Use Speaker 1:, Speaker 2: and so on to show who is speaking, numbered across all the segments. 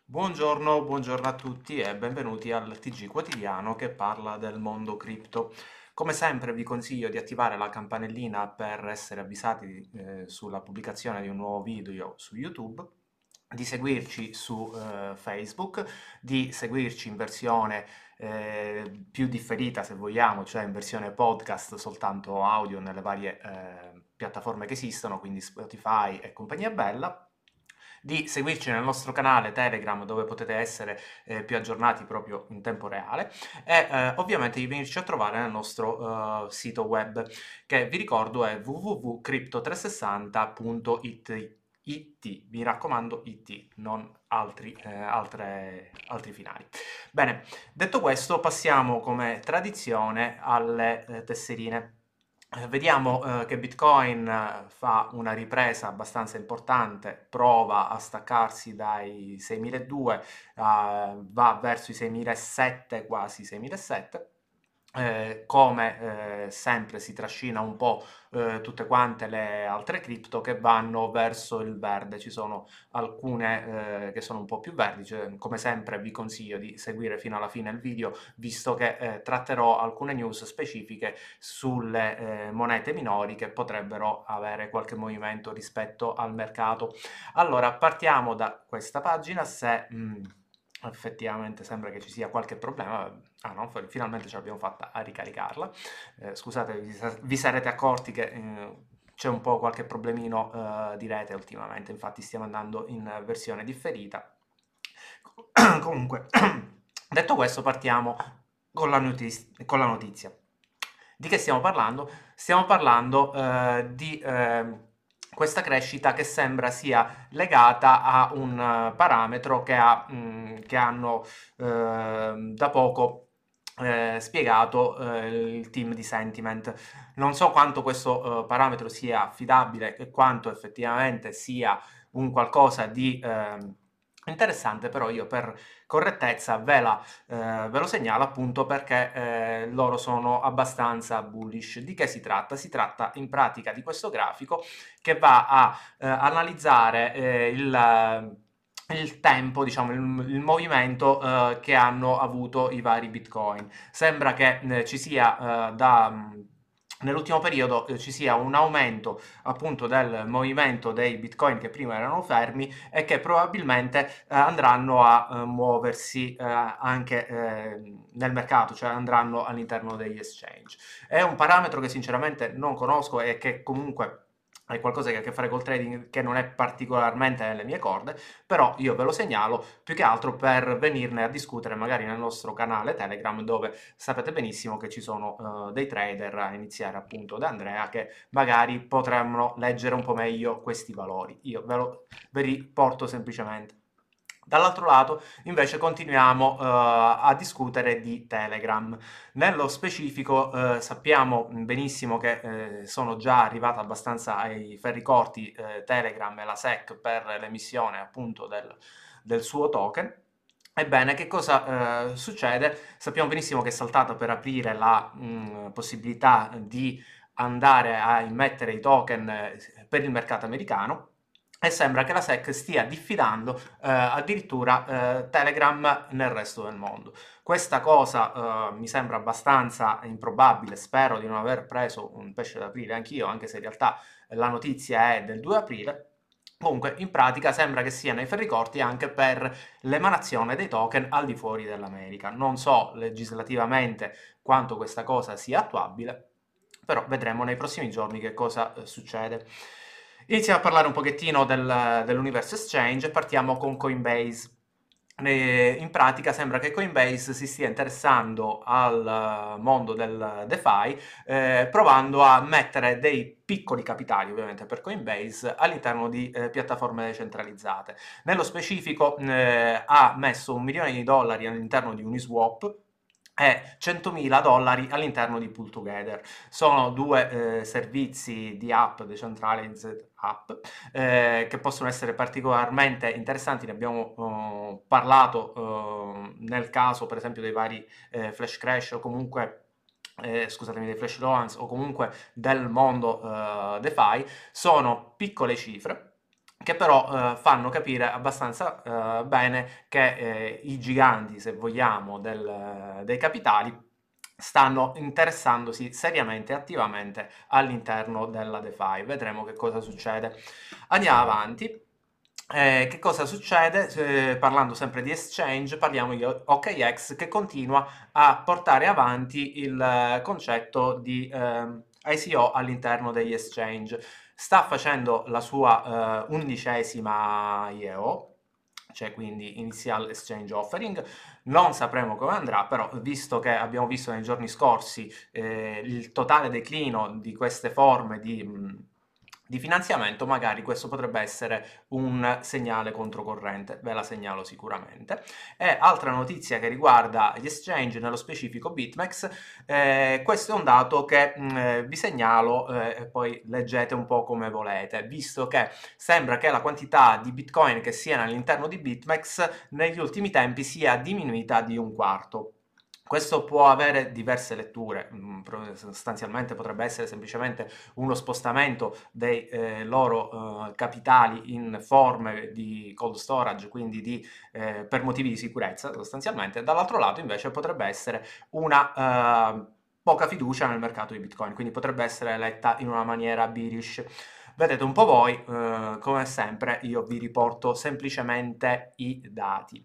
Speaker 1: Buongiorno a tutti e benvenuti al TG quotidiano che parla del mondo cripto. Come sempre vi consiglio di attivare la campanellina per essere avvisati sulla pubblicazione di un nuovo video su YouTube, di seguirci su Facebook, di seguirci in versione più differita se vogliamo, cioè in versione podcast soltanto audio nelle varie piattaforme che esistono, quindi Spotify e compagnia bella, di seguirci nel nostro canale Telegram dove potete essere più aggiornati proprio in tempo reale e ovviamente di venirci a trovare nel nostro sito web che vi ricordo è www.crypto360.it. Mi raccomando IT, non altri finali. Bene, detto questo passiamo come tradizione alle tesserine. Vediamo che Bitcoin fa una ripresa abbastanza importante, prova a staccarsi dai 6.200, va verso i 6.700, quasi 6.700. Come sempre si trascina un po' tutte quante le altre cripto che vanno verso il verde. Ci sono alcune che sono un po' più verdi, cioè, come sempre vi consiglio di seguire fino alla fine il video, visto che tratterò alcune news specifiche sulle monete minori che potrebbero avere qualche movimento rispetto al mercato. Allora, partiamo da questa pagina. Se effettivamente sembra che ci sia qualche problema, ah no, finalmente ce l'abbiamo fatta a ricaricarla. Scusate, vi sarete accorti che c'è un po' qualche problemino di rete ultimamente, infatti stiamo andando in versione differita. Comunque, detto questo, partiamo con la notizia. Di che stiamo parlando? Stiamo parlando di questa crescita che sembra sia legata a un parametro che hanno da poco spiegato il team di Sentiment. Non so quanto questo parametro sia affidabile e quanto effettivamente sia un qualcosa di interessante, però io per correttezza ve lo segnalo appunto perché loro sono abbastanza bullish. Di che si tratta? Si tratta in pratica di questo grafico che va a analizzare il tempo, diciamo, il movimento che hanno avuto i vari bitcoin. Sembra che ci sia nell'ultimo periodo ci sia un aumento appunto del movimento dei bitcoin che prima erano fermi e che probabilmente andranno a muoversi anche nel mercato, cioè andranno all'interno degli exchange. È un parametro che sinceramente non conosco e che comunque è qualcosa che ha a che fare col trading che non è particolarmente nelle mie corde, però io ve lo segnalo più che altro per venirne a discutere magari nel nostro canale Telegram, dove sapete benissimo che ci sono dei trader, a iniziare appunto da Andrea, che magari potranno leggere un po' meglio questi valori. Io ve li porto semplicemente. Dall'altro lato, invece, continuiamo a discutere di Telegram. Nello specifico, sappiamo benissimo che sono già arrivata abbastanza ai ferri corti Telegram e la SEC per l'emissione appunto del suo token. Ebbene, che cosa succede? Sappiamo benissimo che è saltata per aprire la possibilità di andare a immettere i token per il mercato americano e sembra che la SEC stia diffidando addirittura Telegram nel resto del mondo. Questa cosa mi sembra abbastanza improbabile, spero di non aver preso un pesce d'aprile anch'io, anche se in realtà la notizia è del 2 aprile. Comunque, in pratica sembra che siano i ferri corti anche per l'emanazione dei token al di fuori dell'America. Non so legislativamente quanto questa cosa sia attuabile, però vedremo nei prossimi giorni che cosa succede. Iniziamo a parlare un pochettino dell'universo exchange e partiamo con Coinbase. In pratica sembra che Coinbase si stia interessando al mondo del DeFi, provando a mettere dei piccoli capitali, ovviamente per Coinbase, all'interno di piattaforme decentralizzate. Nello specifico ha messo $1 milione all'interno di Uniswap e $100.000 all'interno di Pull Together. Sono due servizi di app, decentralized app, che possono essere particolarmente interessanti. Ne abbiamo parlato nel caso per esempio dei vari Flash Crash o comunque scusatemi, dei Flash Loans o comunque del mondo DeFi. Sono piccole cifre, che però fanno capire abbastanza bene che i giganti, se vogliamo, dei capitali stanno interessandosi seriamente e attivamente all'interno della DeFi. Vedremo che cosa succede. Andiamo avanti. Che cosa succede? Parlando sempre di exchange, parliamo di OKX che continua a portare avanti il concetto di ICO all'interno degli exchange. Sta facendo la sua 11ª IEO, cioè quindi Initial Exchange Offering. Non sapremo come andrà, però visto che abbiamo visto nei giorni scorsi il totale declino di queste forme di finanziamento, magari questo potrebbe essere un segnale controcorrente, ve la segnalo sicuramente. E altra notizia che riguarda gli exchange, nello specifico BitMEX, questo è un dato che vi segnalo e poi leggete un po' come volete, visto che sembra che la quantità di Bitcoin che sia all'interno di BitMEX negli ultimi tempi sia diminuita di un quarto. Questo può avere diverse letture, sostanzialmente potrebbe essere semplicemente uno spostamento dei loro capitali in forme di cold storage, quindi per motivi di sicurezza sostanzialmente. Dall'altro lato invece potrebbe essere una poca fiducia nel mercato di Bitcoin, quindi potrebbe essere letta in una maniera bearish. Vedete un po' voi, come sempre io vi riporto semplicemente i dati.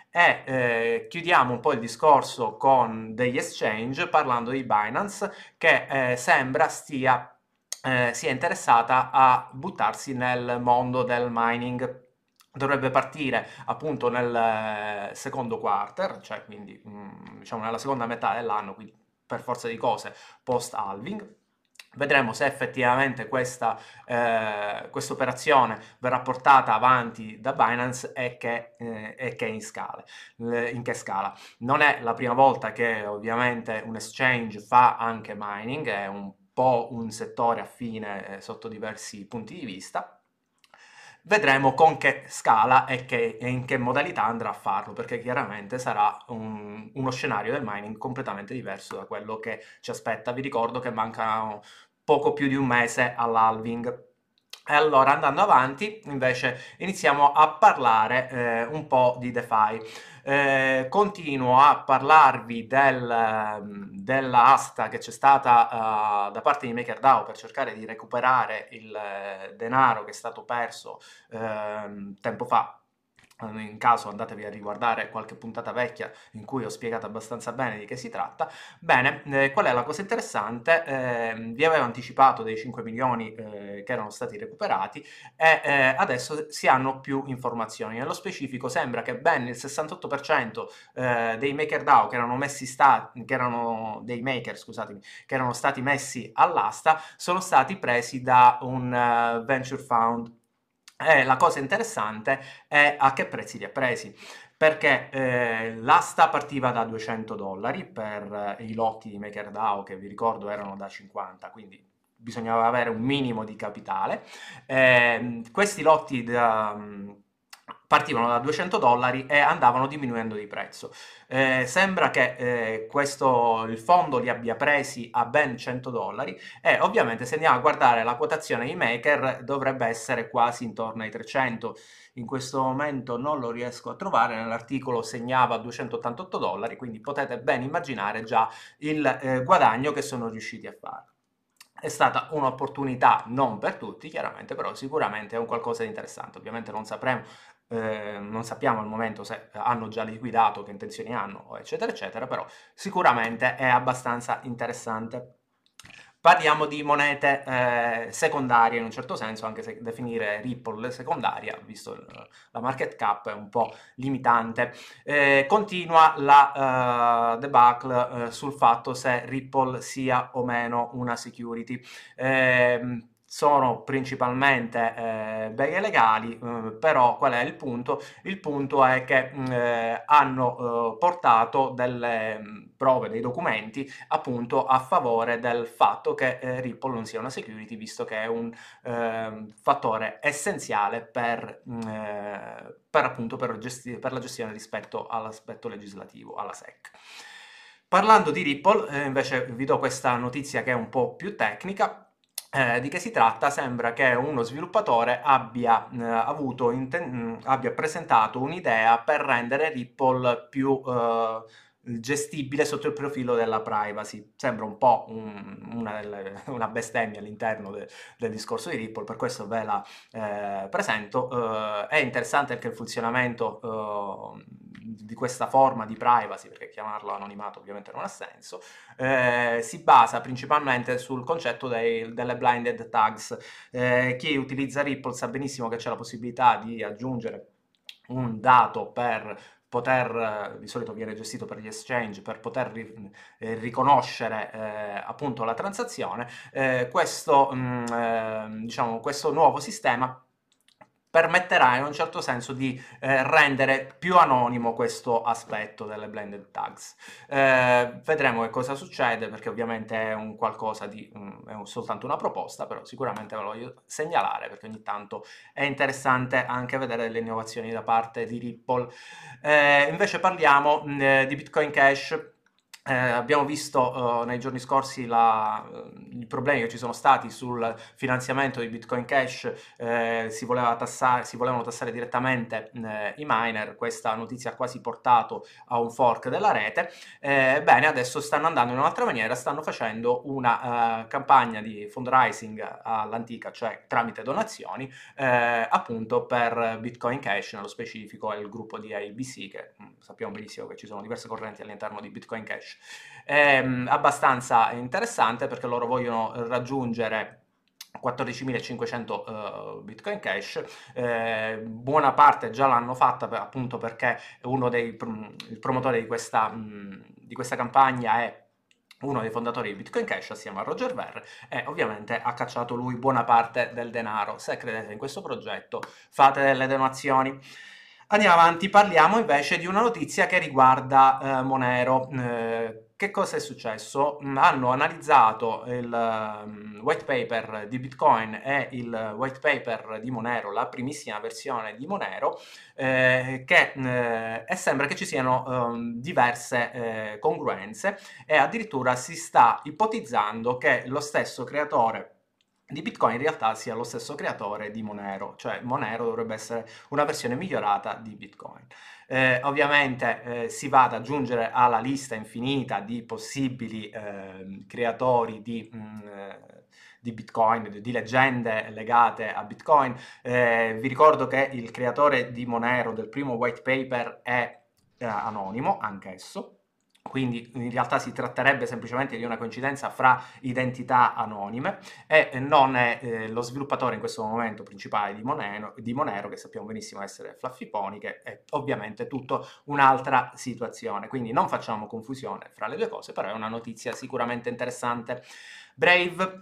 Speaker 1: E chiudiamo un po' il discorso con degli exchange parlando di Binance che sembra sia interessata a buttarsi nel mondo del mining. Dovrebbe partire appunto nel secondo quarter, cioè quindi diciamo nella seconda metà dell'anno, quindi per forza di cose post-halving. Vedremo se effettivamente questa operazione verrà portata avanti da Binance e che in che scala. Non è la prima volta che ovviamente un exchange fa anche mining, è un po' un settore affine sotto diversi punti di vista. Vedremo con che scala e in che modalità andrà a farlo, perché chiaramente sarà uno scenario del mining completamente diverso da quello che ci aspetta. Vi ricordo che mancano poco più di un mese all'halving. E allora, andando avanti, invece, iniziamo a parlare un po' di DeFi. Continuo a parlarvi della asta che c'è stata da parte di MakerDAO per cercare di recuperare il denaro che è stato perso tempo fa. In caso andatevi a riguardare qualche puntata vecchia in cui ho spiegato abbastanza bene di che si tratta. Bene, qual è la cosa interessante? Vi avevo anticipato dei 5 milioni che erano stati recuperati e adesso si hanno più informazioni. Nello specifico sembra che ben il 68% dei MakerDAO che erano dei maker, scusatemi, che erano stati messi all'asta sono stati presi da un venture fund. La cosa interessante è a che prezzi li ha presi, perché l'asta partiva da $200 per i lotti di MakerDAO, che vi ricordo erano da 50, quindi bisognava avere un minimo di capitale. Questi lotti partivano da $200 e andavano diminuendo di prezzo. Sembra che il fondo li abbia presi a ben $100 e ovviamente se andiamo a guardare la quotazione di Maker dovrebbe essere quasi intorno ai 300. In questo momento non lo riesco a trovare, nell'articolo segnava $288, quindi potete ben immaginare già il guadagno che sono riusciti a fare. È stata un'opportunità non per tutti, chiaramente, però sicuramente è un qualcosa di interessante. Ovviamente non sappiamo al momento se hanno già liquidato, che intenzioni hanno, eccetera, eccetera, però sicuramente è abbastanza interessante. Parliamo di monete secondarie in un certo senso, anche se definire Ripple secondaria, visto la market cap, è un po' limitante. Continua la debacle sul fatto se Ripple sia o meno una security. Sono principalmente beghe legali, però qual è il punto? Il punto è che hanno portato delle prove, dei documenti appunto a favore del fatto che Ripple non sia una security, visto che è un fattore essenziale per appunto per la gestione rispetto all'aspetto legislativo, alla SEC. Parlando di Ripple, invece vi do questa notizia che è un po' più tecnica. Di che si tratta? Sembra che uno sviluppatore abbia, abbia presentato un'idea per rendere Ripple più gestibile sotto il profilo della privacy. Sembra un po' una bestemmia all'interno del discorso di Ripple, per questo ve la presento. È interessante anche il funzionamento di questa forma di privacy, perché chiamarlo anonimato ovviamente non ha senso. Si basa principalmente sul concetto delle blinded tags. Chi utilizza Ripple sa benissimo che c'è la possibilità di aggiungere un dato per poter, di solito viene gestito per gli exchange, per poter riconoscere appunto la transazione. Diciamo, questo nuovo sistema permetterà in un certo senso di rendere più anonimo questo aspetto delle blended tags. Vedremo che cosa succede, perché ovviamente è un qualcosa di soltanto una proposta, però sicuramente ve lo voglio segnalare perché ogni tanto è interessante anche vedere delle innovazioni da parte di Ripple. Invece parliamo di Bitcoin Cash. Abbiamo visto nei giorni scorsi i problemi che ci sono stati sul finanziamento di Bitcoin Cash. Si volevano tassare direttamente i miner. Questa notizia ha quasi portato a un fork della rete. Bene, adesso stanno andando in un'altra maniera, stanno facendo una campagna di fundraising all'antica, cioè tramite donazioni, appunto per Bitcoin Cash. Nello specifico è il gruppo di ABC, che sappiamo benissimo che ci sono diverse correnti all'interno di Bitcoin Cash. È abbastanza interessante perché loro vogliono raggiungere 14.500 Bitcoin Cash. Buona parte già l'hanno fatta, appunto perché il promotore di questa campagna è uno dei fondatori di Bitcoin Cash assieme a Roger Ver, e ovviamente ha cacciato lui buona parte del denaro. Se credete in questo progetto, fate delle donazioni. Andiamo avanti, parliamo invece di una notizia che riguarda Monero. Che cosa è successo? Hanno analizzato il white paper di Bitcoin e il white paper di Monero, la primissima versione di Monero, e sembra che ci siano diverse congruenze, e addirittura si sta ipotizzando che lo stesso creatore di Bitcoin in realtà sia lo stesso creatore di Monero, cioè Monero dovrebbe essere una versione migliorata di Bitcoin. Ovviamente si va ad aggiungere alla lista infinita di possibili creatori di Bitcoin, di leggende legate a Bitcoin. Vi ricordo che il creatore di Monero del primo white paper è anonimo anch'esso. Quindi in realtà si tratterebbe semplicemente di una coincidenza fra identità anonime, e non è lo sviluppatore in questo momento principale di Monero, che sappiamo benissimo essere Fluffy Pony, che è ovviamente tutta un'altra situazione. Quindi non facciamo confusione fra le due cose, però è una notizia sicuramente interessante. Brave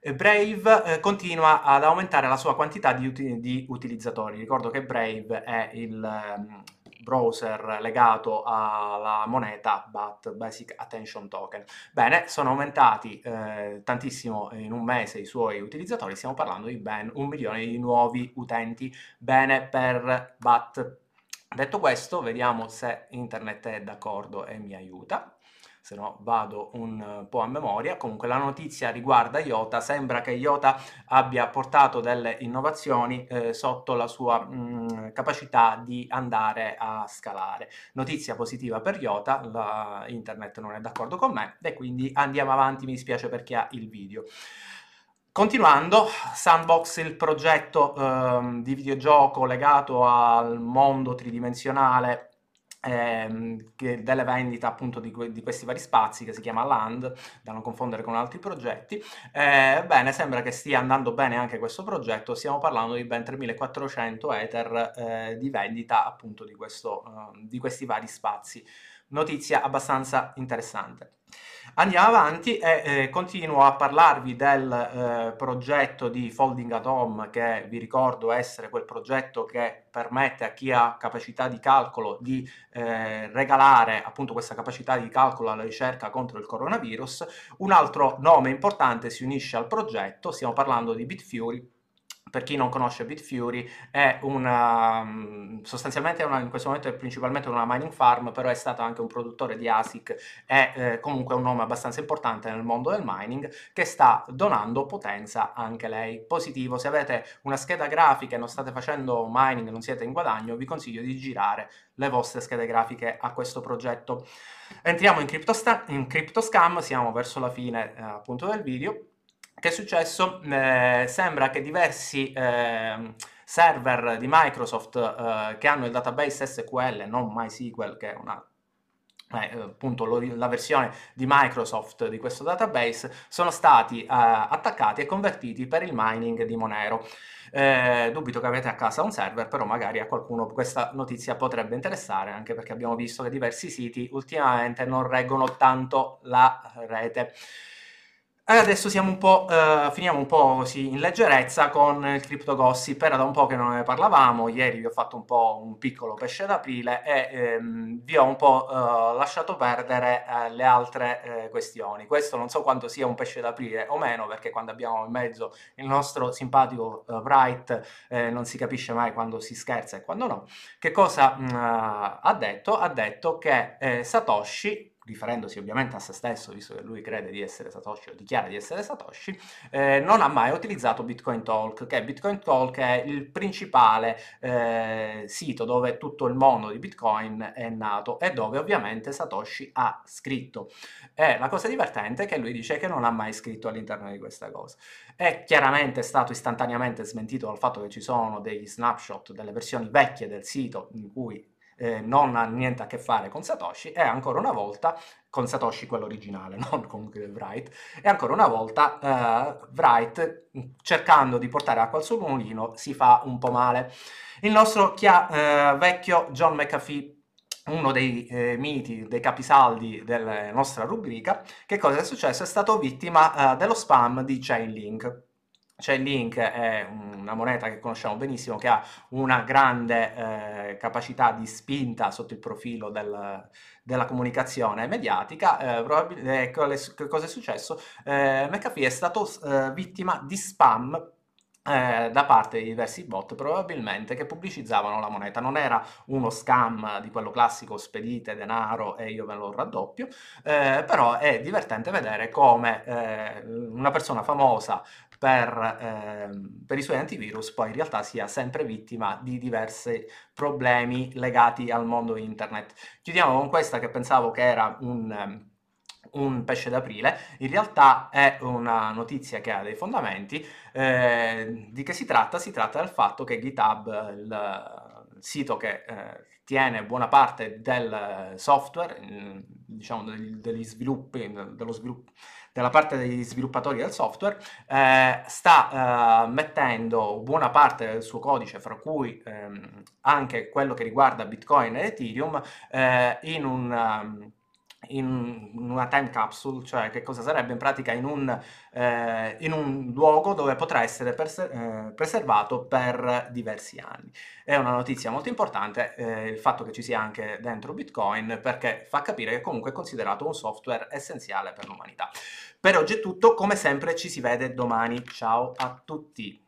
Speaker 1: continua ad aumentare la sua quantità di utilizzatori. Ricordo che Brave è il browser legato alla moneta BAT, Basic Attention Token. Bene, sono aumentati tantissimo in un mese i suoi utilizzatori, stiamo parlando di ben 1 milione di nuovi utenti. Bene per BAT. Detto questo, vediamo se internet è d'accordo e mi aiuta. Se no vado un po' a memoria. Comunque la notizia riguarda IOTA. Sembra che IOTA abbia portato delle innovazioni sotto la sua capacità di andare a scalare. Notizia positiva per IOTA, internet non è d'accordo con me e quindi andiamo avanti, mi dispiace per chi ha il video. Continuando, Sandbox, il progetto di videogioco legato al mondo tridimensionale delle vendite appunto di questi vari spazi, che si chiama Land, da non confondere con altri progetti. Bene, sembra che stia andando bene anche questo progetto. Stiamo parlando di ben 3.400 Ether di vendita appunto di questi vari spazi. Notizia abbastanza interessante. Andiamo avanti e continuo a parlarvi del progetto di Folding at Home, che vi ricordo essere quel progetto che permette a chi ha capacità di calcolo di regalare appunto questa capacità di calcolo alla ricerca contro il coronavirus. Un altro nome importante si unisce al progetto, stiamo parlando di Bitfury, Per chi non conosce Bitfury, è sostanzialmente in questo momento è principalmente una mining farm, però è stato anche un produttore di ASIC, è comunque un nome abbastanza importante nel mondo del mining, che sta donando potenza anche lei. Positivo, se avete una scheda grafica e non state facendo mining, non siete in guadagno, vi consiglio di girare le vostre schede grafiche a questo progetto. Entriamo in CryptoScam, siamo verso la fine appunto del video. Che è successo? Sembra che diversi server di Microsoft che hanno il database SQL, non MySQL, che è appunto la versione di Microsoft di questo database, sono stati attaccati e convertiti per il mining di Monero. Dubito che avete a casa un server, però magari a qualcuno questa notizia potrebbe interessare, anche perché abbiamo visto che diversi siti ultimamente non reggono tanto la rete. E adesso finiamo un po' così in leggerezza con il Crypto Gossip. Era da un po' che non ne parlavamo, ieri vi ho fatto un po' un piccolo pesce d'aprile e vi ho un po' lasciato perdere le altre questioni. Questo non so quanto sia un pesce d'aprile o meno, perché quando abbiamo in mezzo il nostro simpatico Wright non si capisce mai quando si scherza e quando no. Che cosa ha detto? Ha detto che Satoshi, riferendosi ovviamente a se stesso, visto che lui crede di essere Satoshi o dichiara di essere Satoshi, non ha mai utilizzato Bitcoin Talk, che Bitcoin Talk è il principale sito dove tutto il mondo di Bitcoin è nato e dove ovviamente Satoshi ha scritto. E la cosa divertente è che lui dice che non ha mai scritto all'interno di questa cosa. È chiaramente stato istantaneamente smentito dal fatto che ci sono degli snapshot delle versioni vecchie del sito in cui non ha niente a che fare con Satoshi, e ancora una volta con Satoshi quello originale, non con Wright, e ancora una volta Wright, cercando di portare acqua al suo mulino, si fa un po' male. Il nostro vecchio John McAfee, uno dei miti, dei capisaldi della nostra rubrica, che cosa è successo? È stato vittima dello spam di Chainlink. Chainlink è una moneta che conosciamo benissimo, che ha una grande capacità di spinta sotto il profilo della comunicazione mediatica. Che cosa è successo? McAfee è stato vittima di spam da parte di diversi bot, probabilmente, che pubblicizzavano la moneta. Non era uno scam di quello classico spedite denaro e io ve lo raddoppio, però è divertente vedere come una persona famosa per i suoi antivirus poi in realtà sia sempre vittima di diversi problemi legati al mondo internet. Chiudiamo con questa, che pensavo che era un pesce d'aprile, in realtà è una notizia che ha dei fondamenti. Di che si tratta? Si tratta del fatto che GitHub, il sito che tiene buona parte del software, diciamo degli sviluppi, della parte degli sviluppatori del software, sta mettendo buona parte del suo codice, fra cui anche quello che riguarda Bitcoin ed Ethereum, in una time capsule, cioè che cosa sarebbe in pratica in un luogo dove potrà essere preservato per diversi anni. È una notizia molto importante il fatto che ci sia anche dentro Bitcoin, perché fa capire che comunque è considerato un software essenziale per l'umanità. Per oggi è tutto, come sempre ci si vede domani, ciao a tutti!